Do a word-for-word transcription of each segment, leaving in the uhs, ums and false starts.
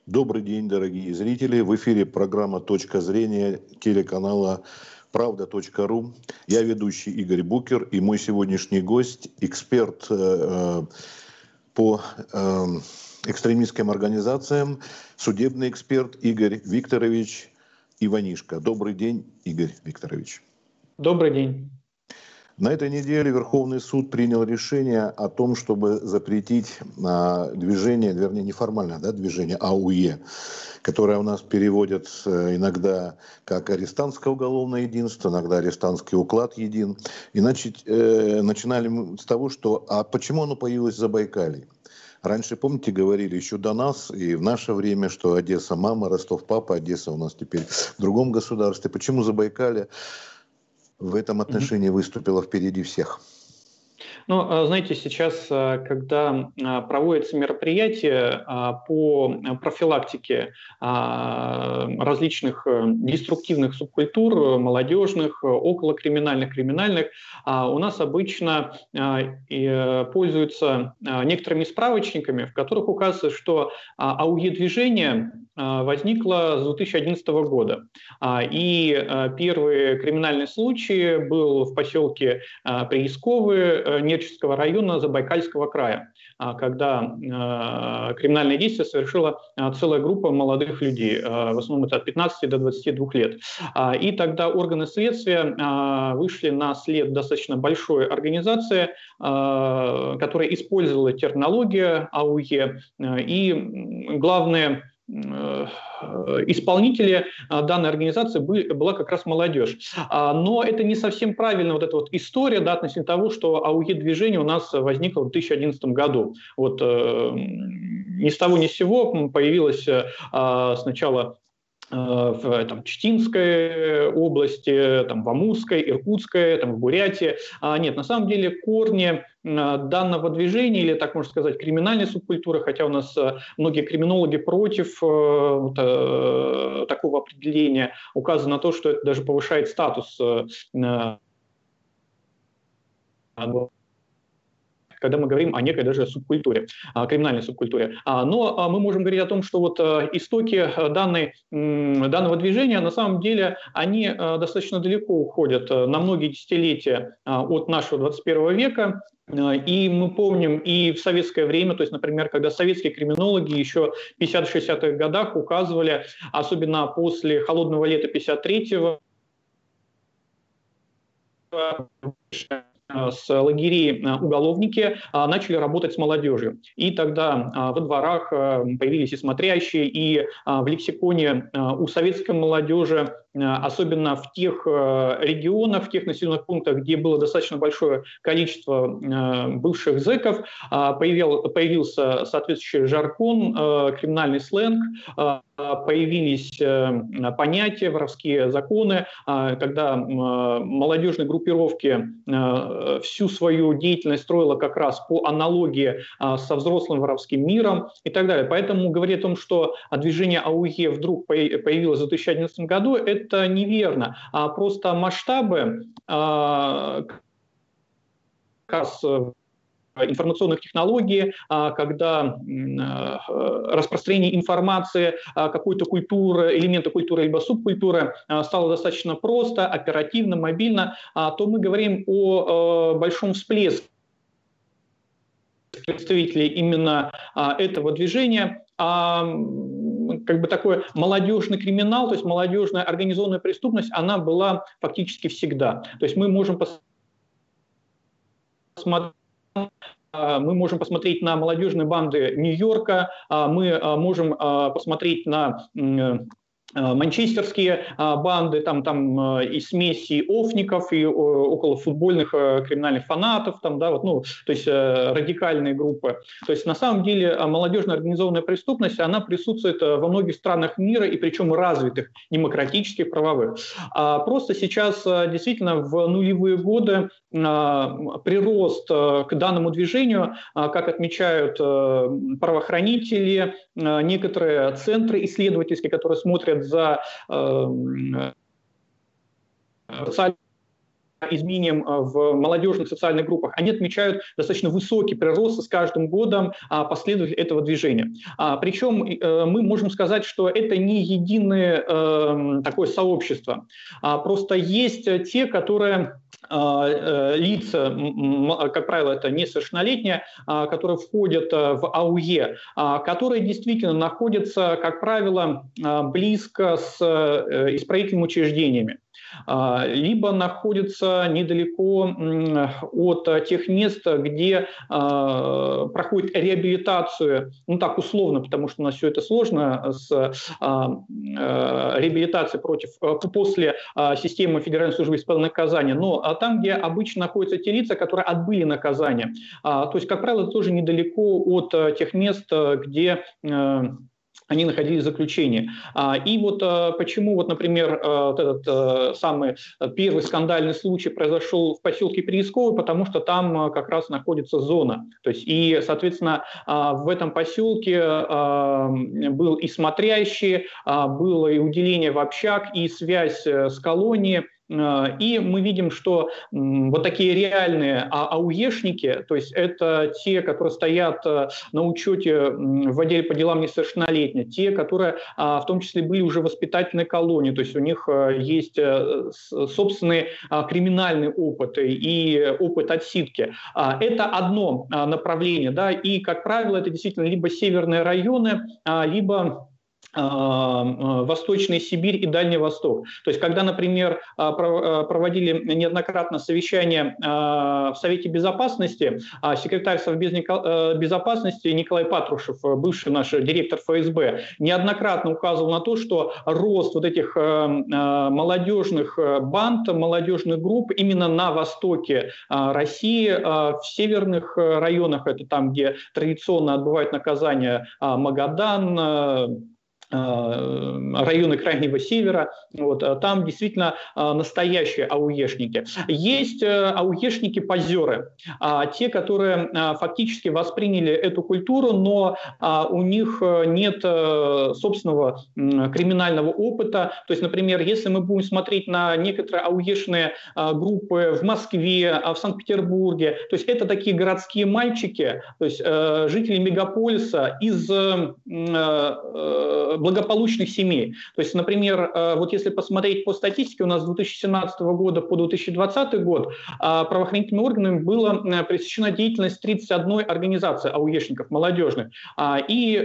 Добрый день, дорогие зрители. В эфире программа «Точка зрения» телеканала правда точка ру. Я ведущий Игорь Букер, и мой сегодняшний гость, эксперт э, по э, экстремистским организациям, судебный эксперт Игорь Викторович Иванишко. Добрый день, Игорь Викторович. Добрый день. На этой неделе Верховный суд принял решение о том, чтобы запретить а, движение, вернее, неформальное да, движение АУЕ, которое у нас переводят иногда как арестантское уголовное единство, иногда арестантский уклад един. И значит, э, начинали мы с того, что а почему оно появилось в Забайкалье? Раньше, помните, говорили еще до нас и в наше время, что Одесса мама, Ростов папа, Одесса у нас теперь в другом государстве. Почему Забайкалье в этом отношении выступила впереди всех? Ну, знаете, сейчас, когда проводятся мероприятия по профилактике различных деструктивных субкультур, молодежных, околокриминальных, криминальных, у нас обычно пользуются некоторыми справочниками, в которых указывается, что АУЕ-движение возникло с две тысячи одиннадцатого года. И первый криминальный случай был в поселке Приисковы Нерчинского района Забайкальского края, когда криминальное действие совершила целая группа молодых людей, в основном это от пятнадцати до двадцати двух лет. И тогда органы следствия вышли на след достаточно большой организации, которая использовала терминологию АУЕ, и главное, исполнители данной организации были, была как раз молодежь. Но это не совсем правильно вот эта вот история, да, относительно того, что АУЕ-движение у нас возникло в две тысячи одиннадцатом году. Вот ни с того ни с сего появилось сначала в там, Читинской области, там, в Амурской, Иркутской, там, в Бурятии. А, нет, на самом деле корни данного движения, или, так можно сказать, криминальной субкультуры, хотя у нас многие криминологи против вот, такого определения, указано на то, что это даже повышает статус когда мы говорим о некой даже субкультуре, криминальной субкультуре. Но мы можем говорить о том, что вот истоки данной, данного движения, на самом деле, они достаточно далеко уходят, на многие десятилетия от нашего двадцать первого века. И мы помним и в советское время, то есть, например, когда советские криминологи еще в пятидесятых-шестидесятых годах указывали, особенно после холодного лета пятьдесят третьего, с лагерей уголовники начали работать с молодежью. И тогда во дворах появились и смотрящие, и в лексиконе у советской молодежи, особенно в тех регионах, в тех населенных пунктах, где было достаточно большое количество бывших зэков, появил, появился соответствующий жаргон, криминальный сленг, появились понятия, воровские законы, когда молодежные группировки всю свою деятельность строила как раз по аналогии со взрослым воровским миром и так далее. Поэтому говорить о том, что движение АУЕ вдруг появилось в две тысячи одиннадцатом году, это неверно. А просто масштабы как раз информационных технологий, когда распространение информации какой-то культуры, элемента культуры либо субкультуры стало достаточно просто, оперативно, мобильно, то мы говорим о большом всплеске представителей именно этого движения. А как бы такой молодежный криминал, то есть молодежная организованная преступность, она была фактически всегда. То есть мы можем посмотреть Мы можем посмотреть на молодежные банды Нью-Йорка, мы можем посмотреть на манчестерские банды, там, там и смеси офников, и околофутбольных криминальных фанатов, там, да, вот, ну, то есть радикальные группы. То есть на самом деле молодежная организованная преступность, она присутствует во многих странах мира, и причем развитых, демократических, правовых. А просто сейчас действительно в нулевые годы прирост к данному движению, как отмечают правоохранители, некоторые центры исследовательские, которые смотрят за социальными изменениям в молодежных социальных группах, они отмечают достаточно высокий прирост с каждым годом последователей этого движения. Причем мы можем сказать, что это не единое такое сообщество. Просто есть те, которые... лица, как правило, это несовершеннолетние, которые входят в АУЕ, которые действительно находятся, как правило, близко с исправительными учреждениями, либо находятся недалеко от тех мест, где проходит реабилитацию, ну так условно, потому что у нас все это сложно, с реабилитацией против, после системы Федеральной службы исполнения наказания, но там, где обычно находятся те лица, которые отбыли наказание. То есть, как правило, тоже недалеко от тех мест, где они находились в заключении. И вот почему, вот, например, вот этот самый первый скандальный случай произошел в поселке Приисково, потому что там как раз находится зона. То есть, и, соответственно, в этом поселке был и смотрящий, было и уделение в общак, и связь с колонией. И мы видим, что вот такие реальные АУЕшники, то есть это те, которые стоят на учете в отделе по делам несовершеннолетних, те, которые в том числе были уже в воспитательной колонии, то есть у них есть собственный криминальный опыт и опыт отсидки. Это одно направление, да, и, как правило, это действительно либо северные районы, либо Восточная Сибирь и Дальний Восток. То есть, когда, например, проводили неоднократно совещания в Совете Безопасности, секретарь Совбеза Безопасности Николай Патрушев, бывший наш директор эф эс бэ, неоднократно указывал на то, что рост вот этих молодежных банд, молодежных групп именно на востоке России, в северных районах, это там, где традиционно отбывают наказание Магадан, районы Крайнего Севера, вот, там действительно настоящие АУЕшники. Есть АУЕшники-позеры, те, которые фактически восприняли эту культуру, но у них нет собственного криминального опыта. То есть, например, если мы будем смотреть на некоторые АУЕшные группы в Москве, в Санкт-Петербурге, то есть это такие городские мальчики, то есть жители мегаполиса из благополучных семей. То есть, например, вот если посмотреть по статистике, у нас с две тысячи семнадцатого года по две тысячи двадцатый год правоохранительными органами была пресечена деятельность тридцати одной организации АУЕшников молодежных, и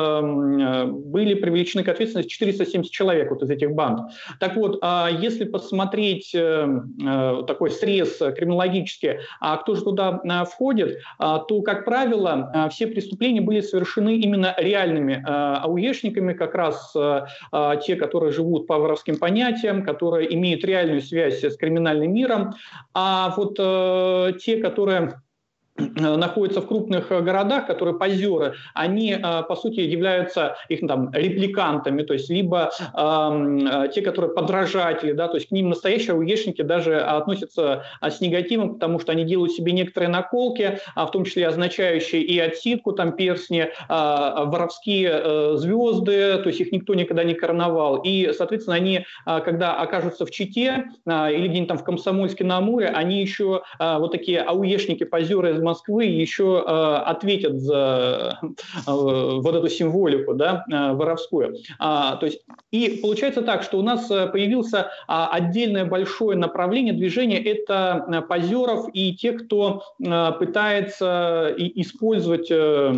были привлечены к ответственности четыреста семьдесят человек вот из этих банд. Так вот, если посмотреть такой срез криминологический, кто же туда входит, то, как правило, все преступления были совершены именно реальными АУЕшниками, как раз а, те, которые живут по воровским понятиям, которые имеют реальную связь с криминальным миром, а вот а, те, которые находятся в крупных городах, которые позеры, они, по сути, являются их там репликантами, то есть либо э, те, которые подражатели, да, то есть к ним настоящие АУЕшники даже относятся с негативом, потому что они делают себе некоторые наколки, в том числе означающие и отсидку, там перстни, э, воровские э, звезды, то есть их никто никогда не короновал. И, соответственно, они, когда окажутся в Чите э, или где-нибудь там в Комсомольске-на-Амуре, они еще э, вот такие АУЕшники-позеры из Москвы еще э, ответят за э, вот эту символику, да, э, воровскую. А, то есть, и получается так, что у нас появился а, отдельное большое направление движения – это позеров и те, кто э, пытается и, использовать э,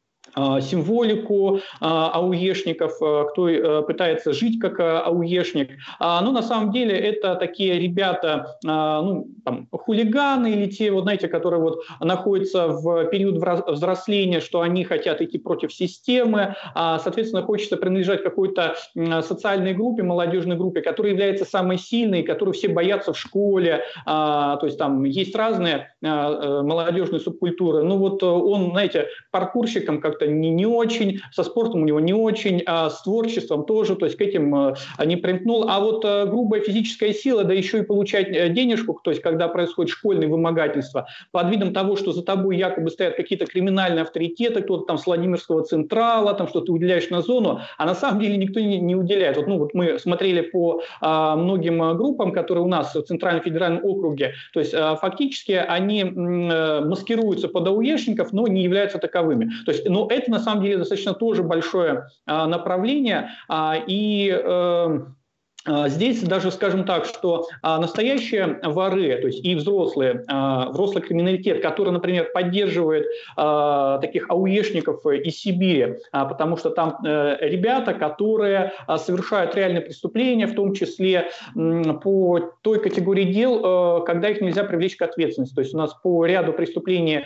символику АУЕшников, кто пытается жить как АУЕшник. Но на самом деле это такие ребята, ну, там, хулиганы или те, вот, знаете, которые вот находятся в период взросления, что они хотят идти против системы, соответственно, хочется принадлежать какой-то социальной группе, молодежной группе, которая является самой сильной, которую все боятся в школе. То есть там есть разные молодежные субкультуры. Ну вот он, знаете, паркурщиком, как как-то не, не очень, со спортом у него не очень, а с творчеством тоже, то есть к этим не примкнул. А вот грубая физическая сила, да еще и получать денежку, то есть когда происходит школьное вымогательство, под видом того, что за тобой якобы стоят какие-то криминальные авторитеты, кто-то там с Владимирского Централа, там что-то уделяешь на зону, а на самом деле никто не, не уделяет. Вот, ну, вот мы смотрели по а, многим группам, которые у нас в Центральном федеральном округе, то есть а, фактически они м, маскируются под ауешников, но не являются таковыми. То есть, но это на самом деле достаточно тоже большое а, направление, а, и э, здесь даже, скажем так, что а, настоящие воры, то есть и взрослые, а, взрослый криминалитет, который, например, поддерживает а, таких ауешников из Сибири, а, потому что там а, ребята, которые а, совершают реальные преступления, в том числе м, по той категории дел, а, когда их нельзя привлечь к ответственности. То есть у нас по ряду преступлений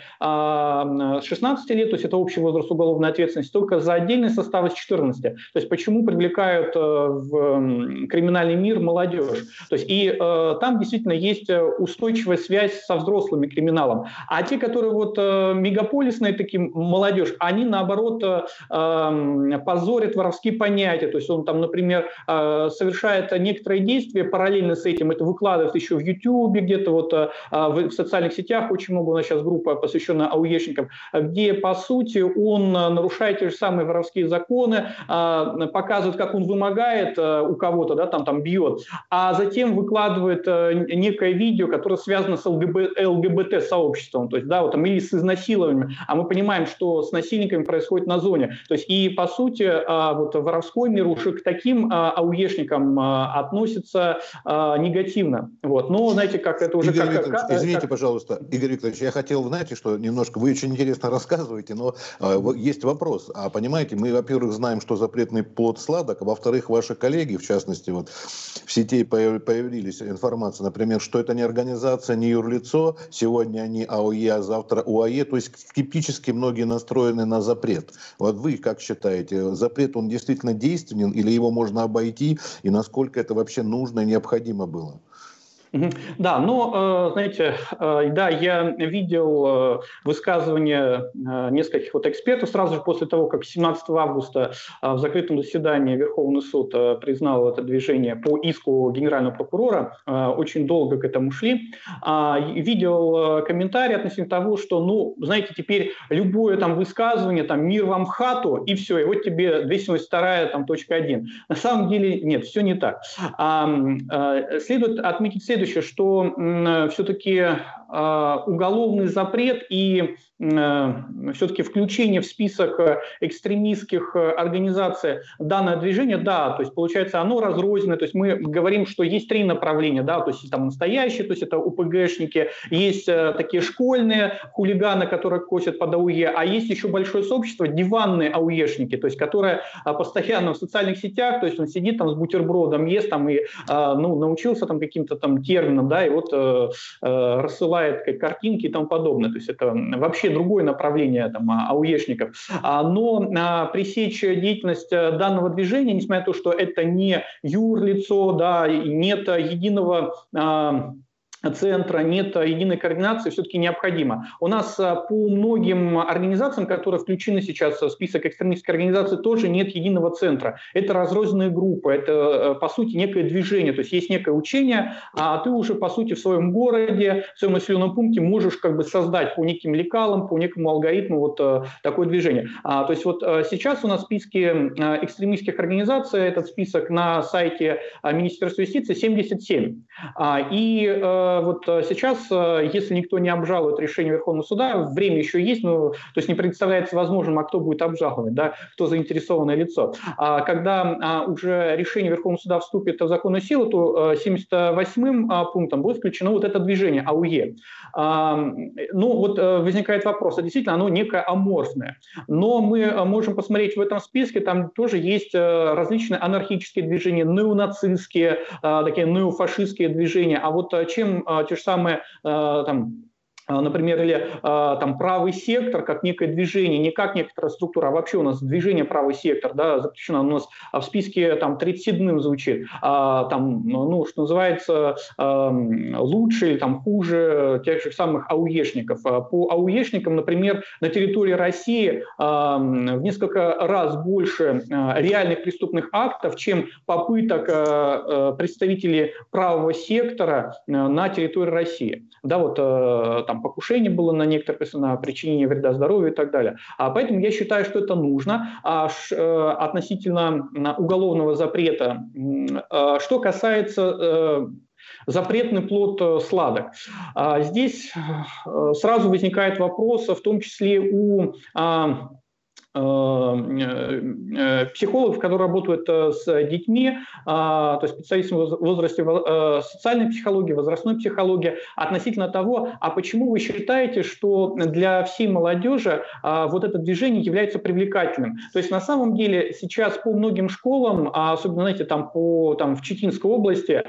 а, с шестнадцати лет, то есть это общий возраст уголовной ответственности, только за отдельные составы с четырнадцати. То есть почему привлекают а, в криминальный мир молодежь. То есть и э, там действительно есть устойчивая связь со взрослыми криминалом. А те, которые вот э, мегаполисные такие молодежь, они наоборот э, э, позорят воровские понятия. То есть он там, например, э, совершает некоторые действия, параллельно с этим это выкладывает еще в Ютубе, где-то вот э, в, в социальных сетях, очень много у нас сейчас группа, посвященная ауешникам, где по сути он нарушает те же самые воровские законы, э, показывает, как он вымогает э, у кого-то, да, там там бьет, а затем выкладывает э, некое видео, которое связано с ЛГБТ-сообществом, то есть, да, вот, там, или с изнасилованием, а мы понимаем, что с насильниками происходит на зоне. То есть, и, по сути, э, вот, воровской мир уже к таким э, ауешникам э, относится э, негативно. Вот. Но, знаете, как это уже... Игорь как, Викторович, как, извините, как... пожалуйста, Игорь Викторович, я хотел, знаете, что немножко, вы очень интересно рассказываете, но э, есть вопрос. А понимаете, мы, во-первых, знаем, что запретный плод сладок, а во-вторых, ваши коллеги, в частности, вот в сети появились информация, например, что это не организация, не юрлицо, сегодня они АОЕ, а завтра УАЕ, то есть скептически многие настроены на запрет. Вот вы как считаете, запрет, он действительно действенен или его можно обойти, и насколько это вообще нужно и необходимо было? Да, но, знаете, да, я видел высказывания нескольких вот экспертов сразу же после того, как семнадцатого августа в закрытом заседании Верховный суд признал это движение по иску генерального прокурора. Очень долго к этому шли. Видел комментарии относительно того, что, ну, знаете, теперь любое там высказывание, там, мир вам в хату, и все, и вот тебе двести семьдесят вторая там, точка один. На самом деле нет, все не так. Следует отметить следующее, что э, все-таки э, уголовный запрет и э, все-таки включение в список экстремистских организаций данное движение, да, то есть получается оно разрозненное, то есть мы говорим, что есть три направления, да, то есть там настоящие, то есть это УПГшники, есть э, такие школьные хулиганы, которые косят под АУЕ, а есть еще большое сообщество, диванные АУЕшники, то есть которые э, постоянно в социальных сетях, то есть он сидит там с бутербродом, ест там и э, ну, научился там каким-то там терминам, да, и вот э, э, рассылает как, картинки и тому подобное. То есть это вообще другое направление там, ауешников. А, но а, пресечь деятельность данного движения, несмотря на то, что это не юрлицо, да, и нет единого... А, центра, нет единой координации, все-таки необходимо. У нас по многим организациям, которые включены сейчас в список экстремистских организаций, тоже нет единого центра. Это разрозненные группы, это, по сути, некое движение, то есть есть некое учение, а ты уже, по сути, в своем городе, в своем населенном пункте можешь как бы создать по неким лекалам, по некому алгоритму вот такое движение. А, то есть вот сейчас у нас в списке экстремистских организаций, этот список на сайте Министерства юстиции семьдесят семь. А, и вот сейчас, если никто не обжалует решение Верховного суда, время еще есть, но то есть не представляется возможным, а кто будет обжаловать, да, кто заинтересованное лицо. А когда уже решение Верховного суда вступит в законную силу, то семьдесят восьмым пунктом будет включено вот это движение АУЕ. Ну вот возникает вопрос, а действительно оно некое аморфное, но мы можем посмотреть в этом списке, там тоже есть различные анархические движения, неонацистские, такие неофашистские движения, а вот чем те же самые там например, или а, там правый сектор как некое движение, не как некоторая структура, а вообще у нас движение правый сектор, да, запрещено, у нас в списке там тридцать седьмым звучит, а, там, ну, что называется, а, лучше или там хуже тех же самых ауешников. По ауешникам, например, на территории России а, в несколько раз больше а, реальных преступных актов, чем попыток а, представителей правого сектора а, на территории России. Да, вот а, там покушение было на некоторых, на причинение вреда здоровью и так далее. А поэтому я считаю, что это нужно. А ш, э, относительно уголовного запрета, э, что касается э, запретный плод э, сладок, а здесь э, сразу возникает вопрос, в том числе у э, психологов, которые работают с детьми, то есть специалистов в возрасте социальной психологии, возрастной психологии, относительно того, а почему вы считаете, что для всей молодежи вот это движение является привлекательным. То есть на самом деле сейчас по многим школам, особенно, знаете, там, по, там в Читинской области,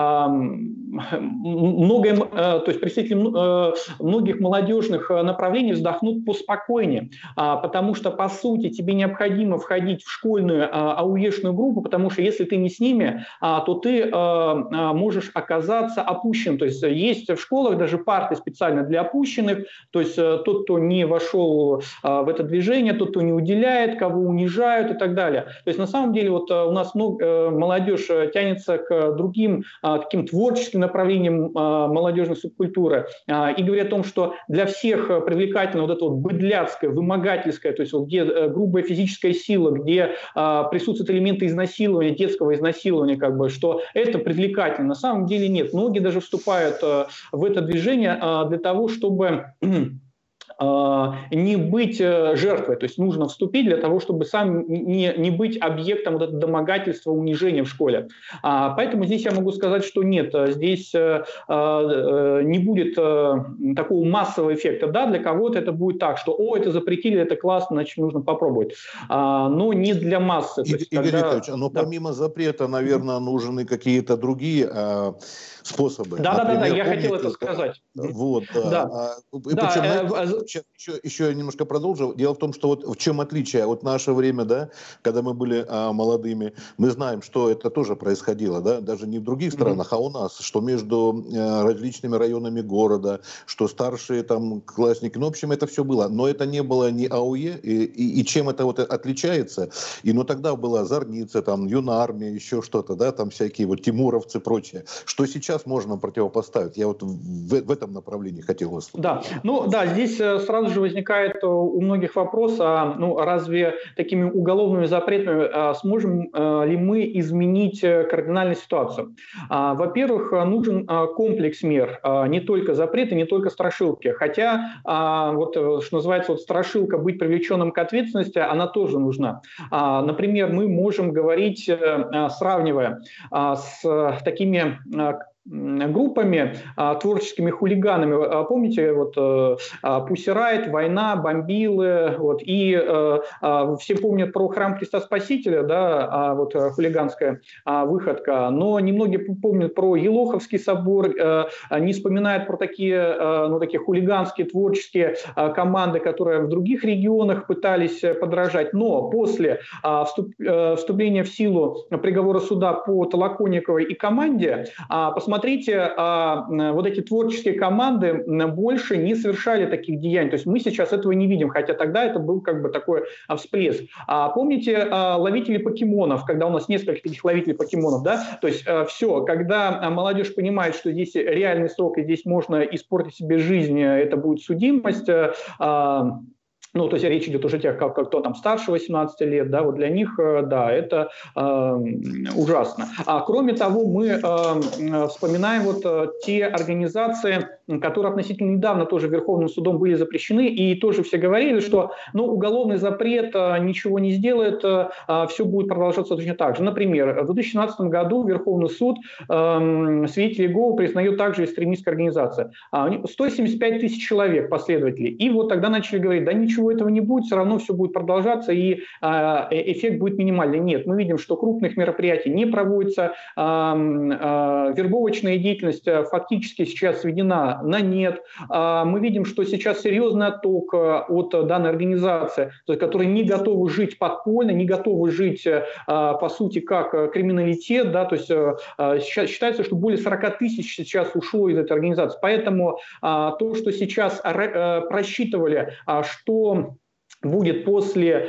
многое, то есть представители многих молодежных направлений вздохнут поспокойнее, потому что по сути тебе необходимо входить в школьную а, ауешную группу, потому что если ты не с ними, а, то ты а, можешь оказаться опущенным. То есть есть в школах даже парты специально для опущенных, то есть а, тот, кто не вошел а, в это движение, тот, кто не уделяет, кого унижают и так далее. То есть на самом деле вот а, у нас много, а, молодежь тянется к другим а, таким творческим направлениям а, молодежной субкультуры а, и говорит о том, что для всех привлекательно вот это вот быдляцкое, вымогательское, то есть вот где грубая физическая сила, где а, присутствуют элементы изнасилования, детского изнасилования, как бы, что это привлекательно. На самом деле нет. Многие даже вступают а, в это движение а, для того, чтобы не быть жертвой, то есть нужно вступить для того, чтобы сам не, не быть объектом вот этого домогательства, унижения в школе. А, поэтому здесь я могу сказать, что нет, здесь а, а, не будет а, такого массового эффекта. Да, для кого-то это будет так, что «О, это запретили, это классно, значит, нужно попробовать». А, но не для массы. И, есть, Игорь когда... Викторович, но да. помимо запрета, наверное, нужны какие-то другие а, способы. Да-да-да, я помните, хотел это сказать. Вот, да. Да. А, и да, причем, э, знаете, э... еще, еще я немножко продолжу. Дело в том, что вот в чем отличие. Вот в наше время, да, когда мы были а, молодыми, мы знаем, что это тоже происходило, да, даже не в других странах, mm-hmm. а у нас, что между а, различными районами города, что старшие там классники, ну, в общем, это все было. Но это не было ни АУЕ, и, и, и чем это вот отличается. И, ну, тогда была Зорница, там, Юнармия, еще что-то, да, там всякие вот тимуровцы и прочее. Что сейчас можно противопоставить? Я вот в, в этом направлении хотел вас... Да, ну, да, здесь сразу же возникает у многих вопрос, а ну, разве такими уголовными запретами а, сможем а, ли мы изменить кардинальную ситуацию? А, во-первых, нужен а, комплекс мер, а, не только запреты, не только страшилки. Хотя, а, вот, что называется, вот страшилка быть привлеченным к ответственности, она тоже нужна. А, например, мы можем говорить, а, сравнивая а, с такими... А, группами, а, творческими хулиганами. А, помните, вот Pussy Riot, «Война», «Бомбилы», вот, и а, а, все помнят про «Храм Христа Спасителя», да, а, вот хулиганская а, выходка, но немногие помнят про Елоховский собор, а, не вспоминают про такие, а, ну, такие хулиганские, творческие а, команды, которые в других регионах пытались подражать, но после а, вступ, а, вступления в силу приговора суда по Толоконниковой и команде, а, посмотрите, Смотрите, вот эти творческие команды больше не совершали таких деяний. То есть мы сейчас этого не видим, хотя тогда это был как бы такой всплеск. А помните ловители покемонов, когда у нас несколько таких ловителей покемонов, да? То есть все, когда молодежь понимает, что здесь реальный срок, и здесь можно испортить себе жизнь, это будет судимость. Ну, то есть речь идет уже о тех, как, кто там старше восемнадцати лет, да, вот для них, да, это э, ужасно. А кроме того, мы э, вспоминаем вот э, те организации, которые относительно недавно тоже Верховным судом были запрещены, и тоже все говорили, что, ну, уголовный запрет э, ничего не сделает, э, все будет продолжаться точно так же. Например, в две тысячи семнадцатом году Верховный суд э, свидетелей Иеговы признает также экстремистской организацией. сто семьдесят пять тысяч человек, последователей. И вот тогда начали говорить, да ничего этого не будет, все равно все будет продолжаться, и э, эффект будет минимальный. Нет, мы видим, что крупных мероприятий не проводится, э, э, вербовочная деятельность фактически сейчас сведена на, на нет. Мы видим, что сейчас серьезный отток от данной организации, то есть, которые не готовы жить подпольно, не готовы жить, по сути, как криминалитет. Да, то есть сейчас считается, что более сорок тысяч сейчас ушло из этой организации. Поэтому то, что сейчас просчитывали, что будет после э,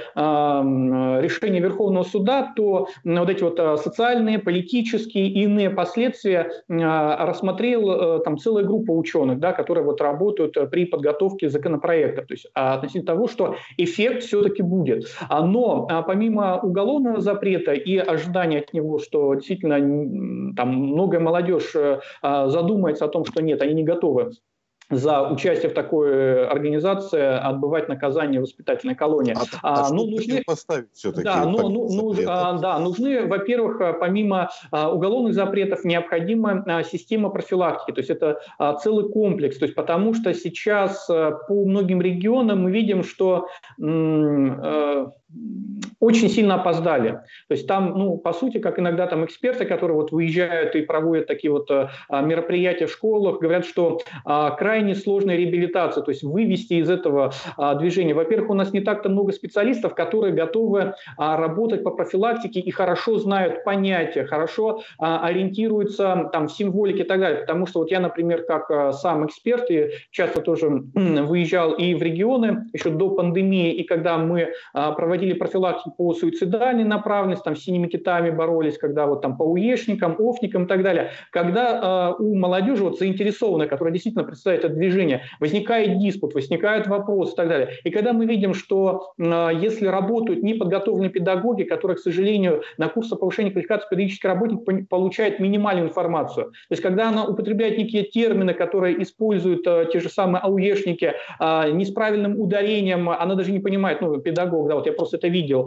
решения Верховного суда, то э, вот эти вот э, социальные, политические и иные последствия э, рассмотрел э, там целая группа ученых, да, которые вот работают э, при подготовке законопроектов, то есть относительно того, что эффект все-таки будет. Но э, помимо уголовного запрета и ожидания от него, что действительно э, там многое молодежь э, задумается о том, что нет, они не готовы за участие в такой организации отбывать наказание в воспитательной колонии. А, а, а ну, что нужны поставить все-таки? Да, ну, ну, ну, а, да, нужны, во-первых, помимо а, уголовных запретов, необходима а, система профилактики, то есть это а, целый комплекс, то есть потому что сейчас а, по многим регионам мы видим, что м, а, очень сильно опоздали. То есть там, ну, по сути, как иногда там эксперты, которые вот выезжают и проводят такие вот а, мероприятия в школах, говорят, что а, крайне сложная реабилитация, то есть вывести из этого а, движения. Во-первых, у нас не так-то много специалистов, которые готовы а, работать по профилактике и хорошо знают понятия, хорошо а, ориентируются там в символике и так далее. Потому что вот я, например, как а, сам эксперт, и часто тоже выезжал и в регионы еще до пандемии, и когда мы а, проводили профилактику по суицидальной направленности, там с синими китами боролись, когда вот там по УЕшникам, ОФникам и так далее, когда э, у молодежи вот заинтересованная, которая действительно представляет это движение, возникает диспут, возникают вопросы и так далее. И когда мы видим, что э, если работают неподготовленные педагоги, которые, к сожалению, на курсах повышения квалификации педагогический работник получает минимальную информацию, то есть когда она употребляет некие термины, которые используют э, те же самые АУЕшники, э, не с правильным ударением, она даже не понимает, ну, педагог, да, вот я просто это видел,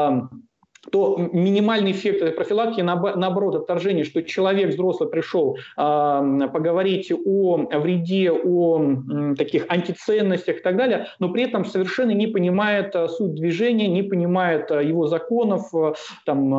то минимальный эффект этой профилактики, наоборот, отторжение, что человек взрослый пришел э, поговорить о вреде, о э, таких антиценностях и так далее, но при этом совершенно не понимает э, суть движения, не понимает э, его законов, э, там,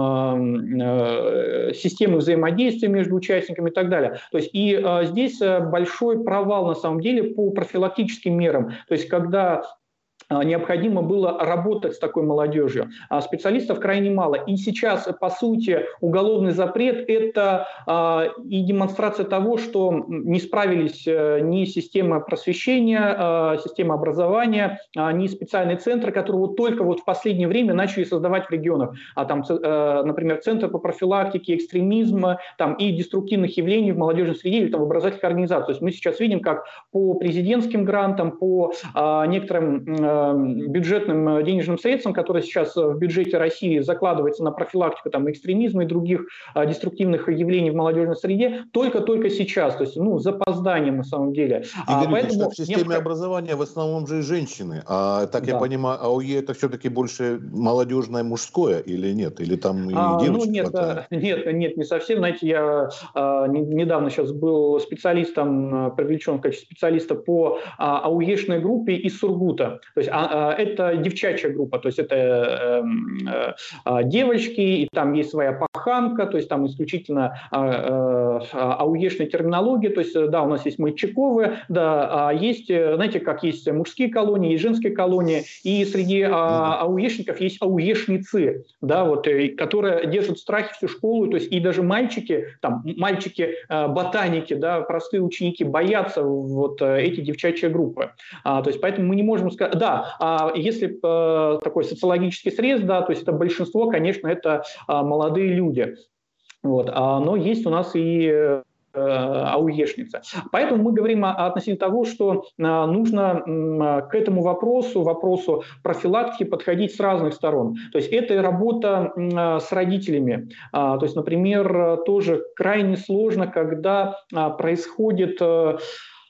э, э, системы взаимодействия между участниками и так далее. То есть и э, здесь большой провал на самом деле по профилактическим мерам. То есть когда необходимо было работать с такой молодежью. А специалистов крайне мало. И сейчас, по сути, уголовный запрет – это а, и демонстрация того, что не справились а, ни система просвещения, а, система образования, а, ни специальные центры, которые вот только вот в последнее время начали создавать в регионах. А там, а, например, Центр по профилактике экстремизма там, и деструктивных явлений в молодежной среде или там, в образовательных организациях. То есть мы сейчас видим, как по президентским грантам, по а, некоторым бюджетным денежным средствам, которые сейчас в бюджете России закладывается на профилактику там, экстремизма и других а, деструктивных явлений в молодежной среде, только-только сейчас, то есть ну, с запозданием на самом деле. Игорь а, поэтому в системе необх... образования в основном же женщины, а так да. я понимаю, АУЕ это все-таки больше молодежное мужское или нет? Или там и а, девочки ну, нет, нет, нет, не совсем. Знаете, я а, не, недавно сейчас был специалистом, привлечен в качестве специалиста по а, АУЕшной группе из Сургута. То есть а, а, это девчачья группа, то есть это э, э, э, девочки, и там есть своя паханка, то есть там исключительно э, э, ауешная терминология, то есть да, у нас есть мальчиковые, да, а есть, знаете, как есть мужские колонии, есть женские колонии, и среди э, ауешников есть ауешницы, да, вот, которые держат в страхе всю школу, то есть и даже мальчики, там, мальчики-ботаники, э, да, простые ученики боятся вот э, эти девчачьи группы, а, то есть поэтому мы не можем сказать, да, а если э, такой социологический срез, да, то есть это большинство, конечно, это э, молодые люди. Вот. А, но есть у нас и э, ауешницы. Поэтому мы говорим о, относительно того, что э, нужно э, к этому вопросу, вопросу профилактики подходить с разных сторон. То есть это работа э, с родителями. А, то есть, например, тоже крайне сложно, когда э, происходит... Э,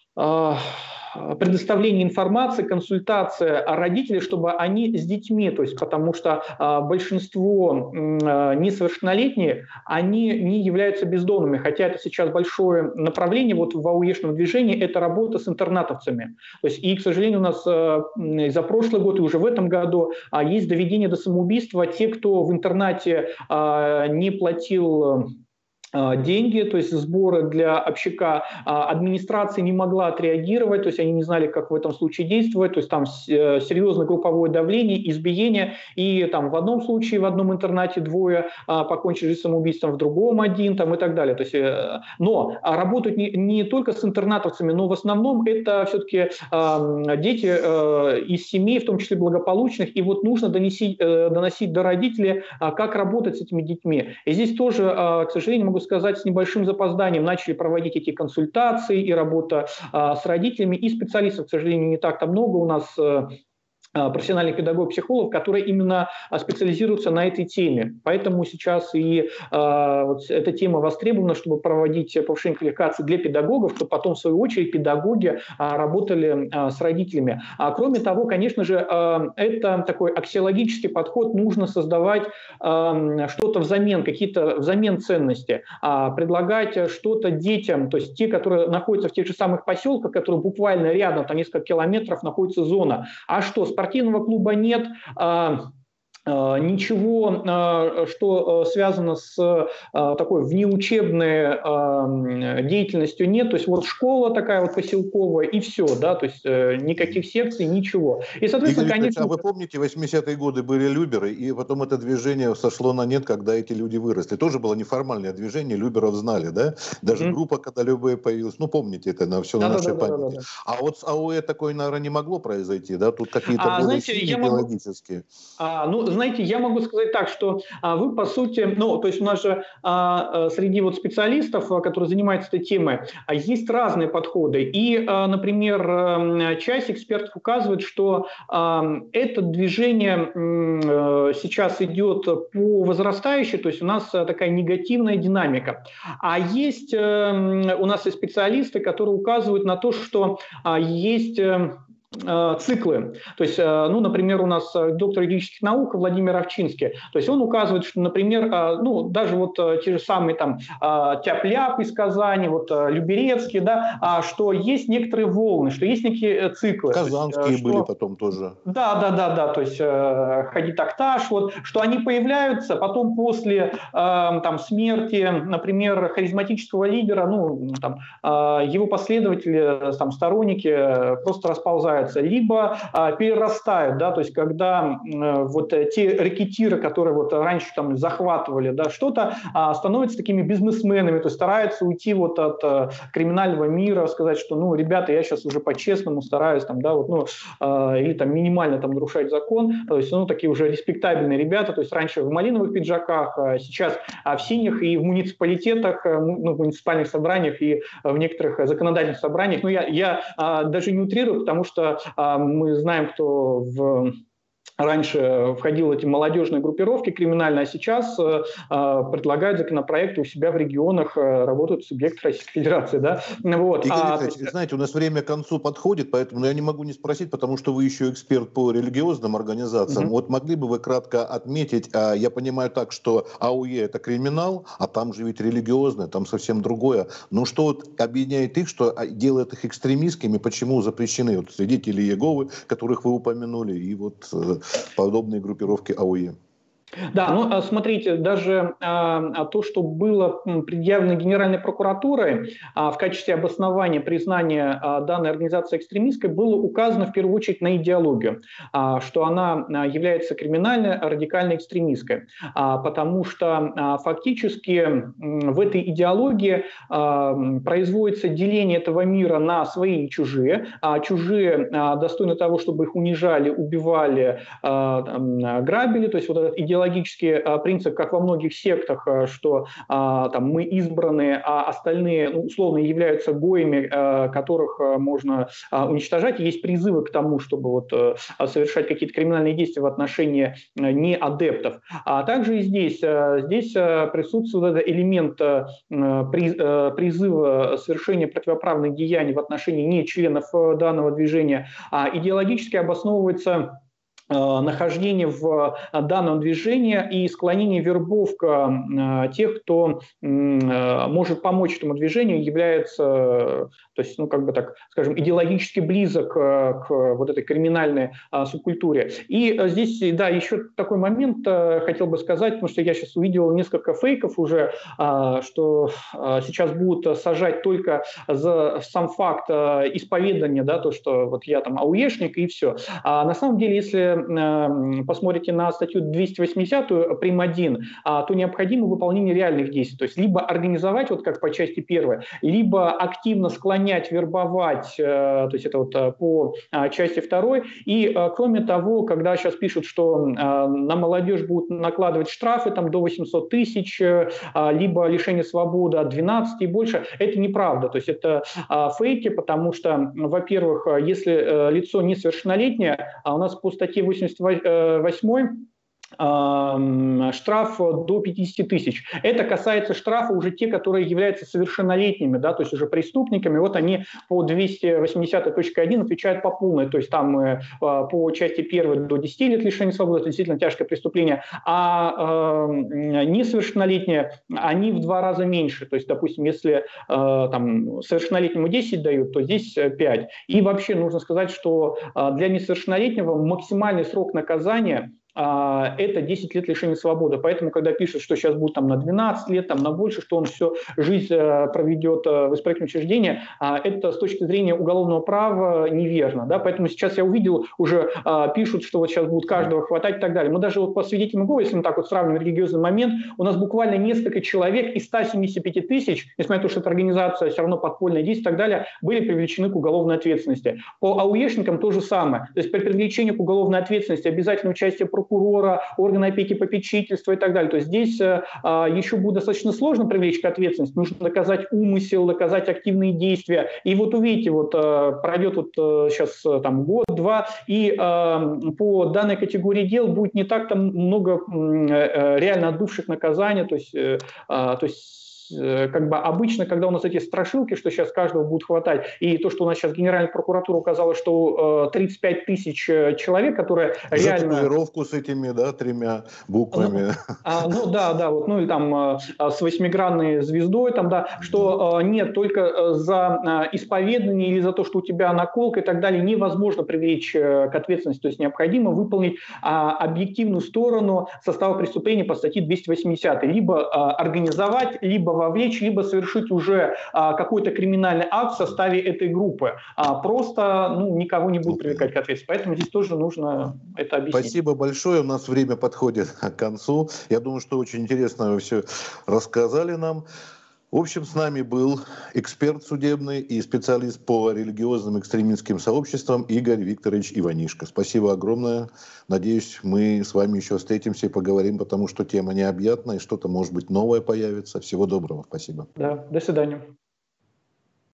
э, предоставление информации, консультация родителей, чтобы они с детьми, то есть потому что а, большинство а, несовершеннолетних, они не являются бездомными, хотя это сейчас большое направление вот в ауешном движении, это работа с интернатовцами. То есть и, к сожалению, у нас а, за прошлый год и уже в этом году а, есть доведение до самоубийства. Те, кто в интернате а, не платил деньги, то есть сборы для общака, администрация не могла отреагировать, то есть они не знали, как в этом случае действовать, то есть там серьезное групповое давление, избиение, и там в одном случае в одном интернате двое покончили самоубийством, в другом один, там, и так далее. То есть, но работают не, не только с интернатовцами, но в основном это все-таки дети из семей, в том числе благополучных, и вот нужно доносить, доносить до родителей, как работать с этими детьми. И здесь тоже, к сожалению, могу сказать, с небольшим запозданием начали проводить эти консультации и работа а, с родителями, и специалистов, к сожалению, не так-то много у нас а, профессиональных педагогов, психологов, которые именно специализируются на этой теме. Поэтому сейчас и э, вот эта тема востребована, чтобы проводить повышение квалификации для педагогов, чтобы потом, в свою очередь, педагоги э, работали э, с родителями. А кроме того, конечно же, э, это такой аксиологический подход, нужно создавать э, что-то взамен, какие-то взамен ценности, э, предлагать что-то детям, то есть те, которые находятся в тех же самых поселках, которые буквально рядом, там несколько километров находится зона. А что, спортивного клуба нет, ничего, что связано с такой внеучебной деятельностью нет, то есть вот школа такая вот поселковая и все, да, то есть никаких секций, ничего. И, соответственно, Игорь, конечно... А вы помните, восьмидесятые годы были люберы, и потом это движение сошло на нет, когда эти люди выросли. Тоже было неформальное движение, люберов знали, да? Даже mm-hmm. группа, когда любая появилась, ну помните это, на все на нашей да, памяти. Да, да, да. А вот с АОЭ такое, наверное, не могло произойти, да? Тут какие-то а, более знаете, сильные идеологические. Могу... А, ну, знаете, я могу сказать так, что а, вы, по сути, ну, то есть у нас же а, среди вот специалистов, которые занимаются этой темой, а, есть разные подходы. И, а, например, часть экспертов указывает, что а, это движение а, сейчас идет по возрастающей, то есть у нас а, такая негативная динамика. А есть а, у нас и специалисты, которые указывают на то, что а, есть... циклы. То есть, ну, например, у нас доктор юридических наук Владимир Овчинский, то есть он указывает, что, например, ну, даже вот те же самые там Тяп-Ляп из Казани, вот Люберецкий, да, что есть некоторые волны, что есть некие циклы. Казанские есть, были что... потом тоже. Да, да, да, да, то есть Хади Такташ, вот, что они появляются, потом после там смерти, например, харизматического лидера, ну, там, его последователи, там, сторонники просто расползаются, либо а, перерастают, да, то есть когда а, вот те рэкетиры, которые вот раньше там захватывали, да, что-то, а, становятся такими бизнесменами, то есть стараются уйти вот от а, криминального мира, сказать, что, ну, ребята, я сейчас уже по-честному стараюсь, там, да, вот, ну, а, или там минимально там нарушать закон, то есть, ну, такие уже респектабельные ребята, то есть раньше в малиновых пиджаках, а сейчас а в синих и в муниципалитетах, ну, в муниципальных собраниях и в некоторых законодательных собраниях, ну, я, я а, даже не утрирую, потому что мы знаем, кто в... раньше входил в эти молодежные группировки криминальные, а сейчас э, предлагают законопроекты у себя в регионах, э, работают субъекты Российской Федерации. Да? Вот. Игорь а, Викторович, есть... знаете, у нас время к концу подходит, поэтому я не могу не спросить, потому что вы еще эксперт по религиозным организациям. Угу. Вот могли бы вы кратко отметить, а, я понимаю так, что АУЕ это криминал, а там же ведь религиозное, там совсем другое. Но что вот объединяет их, что делает их экстремистскими, почему запрещены вот свидетели Иеговы, которых вы упомянули, и вот подобные группировки АОЕ? Да, ну смотрите, даже а, то, что было предъявлено Генеральной прокуратурой а, в качестве обоснования признания а, данной организации экстремистской, было указано в первую очередь на идеологию, а, что она является криминальной, радикально экстремистской, а, потому что а, фактически в этой идеологии а, производится деление этого мира на свои и чужие, а чужие а, достойны того, чтобы их унижали, убивали, а, грабили, то есть вот этот идеология идеологический а, принцип, как во многих сектах, а, что а, там, мы избранные, а остальные ну, условно являются гоями, а, которых а, можно а, уничтожать. И есть призывы к тому, чтобы вот, а, совершать какие-то криминальные действия в отношении а, неадептов. А также и здесь, а, здесь а, присутствует этот элемент а, при, а, призыва совершения противоправных деяний в отношении не членов данного движения. А идеологически обосновывается нахождение в данном движении и склонение, вербовка тех, кто может помочь этому движению, является, то То есть, ну, как бы так, скажем, идеологически близок к вот этой криминальной субкультуре. И здесь, да, еще такой момент хотел бы сказать, потому что я сейчас увидел несколько фейков уже, что сейчас будут сажать только за сам факт исповедания, да, то, что вот я там ауешник и все. А на самом деле, если посмотрите на статью двести восьмидесятую прим. один, то необходимо выполнение реальных действий. То есть либо организовать, вот как по части первой, либо активно склонять, вербовать, то есть это вот по части второй. И кроме того, когда сейчас пишут, что на молодежь будут накладывать штрафы там, до восьмисот тысяч, либо лишение свободы от двенадцати и больше, это неправда. То есть это фейки, потому что, во-первых, если лицо несовершеннолетнее, а у нас по статье восемьдесят восьмой штраф до пятидесяти тысяч. Это касается штрафа уже те, которые являются совершеннолетними, да, то есть уже преступниками. Вот они по двести восьмидесятой точке один отвечают по полной, то есть там э, по части первой до десяти лет лишения свободы, это действительно тяжкое преступление, а э, несовершеннолетние, они в два раза меньше. То есть, допустим, если э, там совершеннолетнему десять дают, то здесь пять. И вообще нужно сказать, что э, для несовершеннолетнего максимальный срок наказания это десять лет лишения свободы. Поэтому, когда пишут, что сейчас будет там на двенадцать лет, там на больше, что он всю жизнь проведет в исправительном учреждении, это с точки зрения уголовного права неверно. Да? Поэтому сейчас я увидел, уже пишут, что вот сейчас будут каждого хватать и так далее. Мы даже вот по свидетелям Иеговы, если мы так вот сравним религиозный момент, у нас буквально несколько человек из ста семидесяти пяти тысяч, несмотря на то, что эта организация все равно подпольная действие и так далее, были привлечены к уголовной ответственности. По ауешникам то же самое. То есть при привлечении к уголовной ответственности обязательно участие прокурора, прокурора, органа опеки, попечительства и так далее. То есть здесь а, еще будет достаточно сложно привлечь к ответственности. Нужно доказать умысел, доказать активные действия. И вот увидите, вот а, пройдет вот а, сейчас там год-два, и а, по данной категории дел будет не так там много а, реально отбывших наказаний. То есть, а, то есть как бы обычно, когда у нас эти страшилки, что сейчас каждого будут хватать, и то, что у нас сейчас Генеральная прокуратура указала, что э, тридцать пять тысяч человек, которые за реально... татуировку с этими, да, тремя буквами. Ну, а, ну да, да, вот, ну или там э, с восьмигранной звездой, там, да, что э, нет, только за э, исповедание или за то, что у тебя наколка и так далее, невозможно привлечь э, к ответственности. То есть необходимо выполнить э, объективную сторону состава преступления по статье двести восьмидесятой. Либо э, организовать, либо вовлечь, либо совершить уже а, какой-то криминальный акт в составе этой группы. А, просто ну, никого не будут привлекать к ответственности. Поэтому здесь тоже нужно это объяснить. Спасибо большое. У нас время подходит к концу. Я думаю, что очень интересно вы все рассказали нам. В общем, с нами был эксперт судебный и специалист по религиозным экстремистским сообществам Игорь Викторович Иванишко. Спасибо огромное. Надеюсь, мы с вами еще встретимся и поговорим, потому что тема необъятна, и что-то, может быть, новое появится. Всего доброго. Спасибо. Да, до свидания.